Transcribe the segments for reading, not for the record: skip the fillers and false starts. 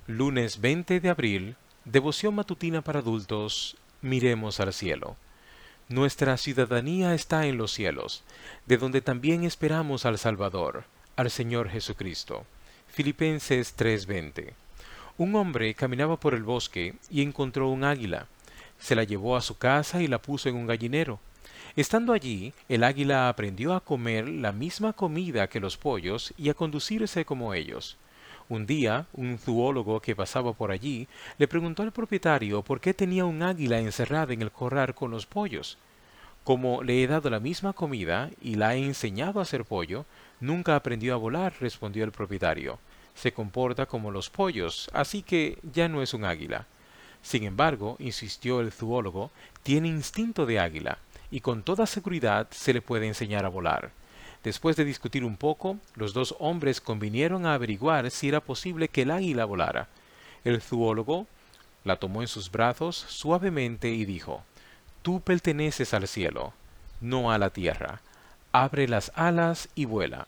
Lunes 20 de abril, devoción matutina para adultos, miremos al cielo. Nuestra ciudadanía está en los cielos, de donde también esperamos al Salvador, al Señor Jesucristo. Filipenses 3:20. Un hombre caminaba por el bosque y encontró un águila. Se la llevó a su casa y la puso en un gallinero. Estando allí, el águila aprendió a comer la misma comida que los pollos y a conducirse como ellos. Un día, un zoólogo que pasaba por allí le preguntó al propietario por qué tenía un águila encerrada en el corral con los pollos. Como le he dado la misma comida y la he enseñado a hacer pollo, nunca aprendió a volar, respondió el propietario. Se comporta como los pollos, así que ya no es un águila. Sin embargo, insistió el zoólogo, tiene instinto de águila, y con toda seguridad se le puede enseñar a volar. Después de discutir un poco, los dos hombres convinieron a averiguar si era posible que el águila volara. El zoólogo la tomó en sus brazos suavemente y dijo: Tú perteneces al cielo, no a la tierra. Abre las alas y vuela.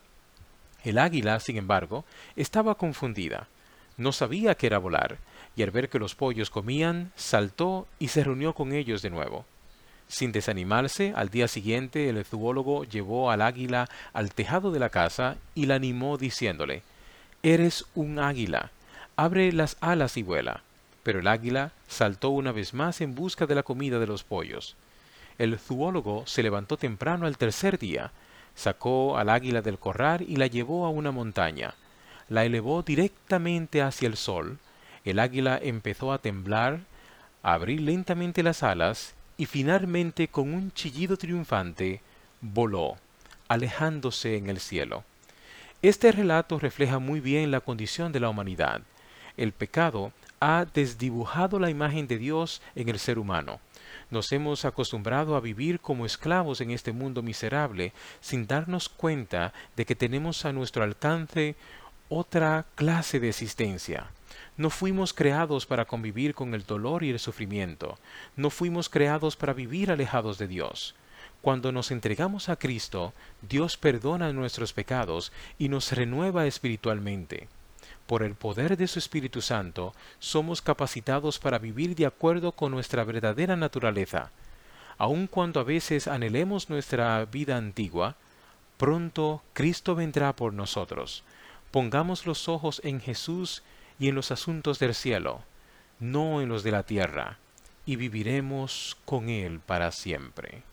El águila, sin embargo, estaba confundida. No sabía qué era volar, y al ver que los pollos comían, saltó y se reunió con ellos de nuevo. Sin desanimarse, al día siguiente el zoólogo llevó al águila al tejado de la casa y la animó diciéndole: Eres un águila, abre las alas y vuela. Pero el águila saltó una vez más en busca de la comida de los pollos. El zoólogo se levantó temprano al tercer día, sacó al águila del corral y la llevó a una montaña. La elevó directamente hacia el sol. El águila empezó a temblar, a abrir lentamente las alas y finalmente con un chillido triunfante voló, alejándose en el cielo. Este relato refleja muy bien la condición de la humanidad. El pecado ha desdibujado la imagen de Dios en el ser humano. Nos hemos acostumbrado a vivir como esclavos en este mundo miserable, sin darnos cuenta de que tenemos a nuestro alcance otra clase de existencia. No fuimos creados para convivir con el dolor y el sufrimiento. No fuimos creados para vivir alejados de Dios. Cuando nos entregamos a Cristo, Dios perdona nuestros pecados y nos renueva espiritualmente. Por el poder de su Espíritu Santo, somos capacitados para vivir de acuerdo con nuestra verdadera naturaleza. Aun cuando a veces anhelemos nuestra vida antigua, pronto Cristo vendrá por nosotros. Pongamos los ojos en Jesús y en los asuntos del cielo, no en los de la tierra, y viviremos con Él para siempre.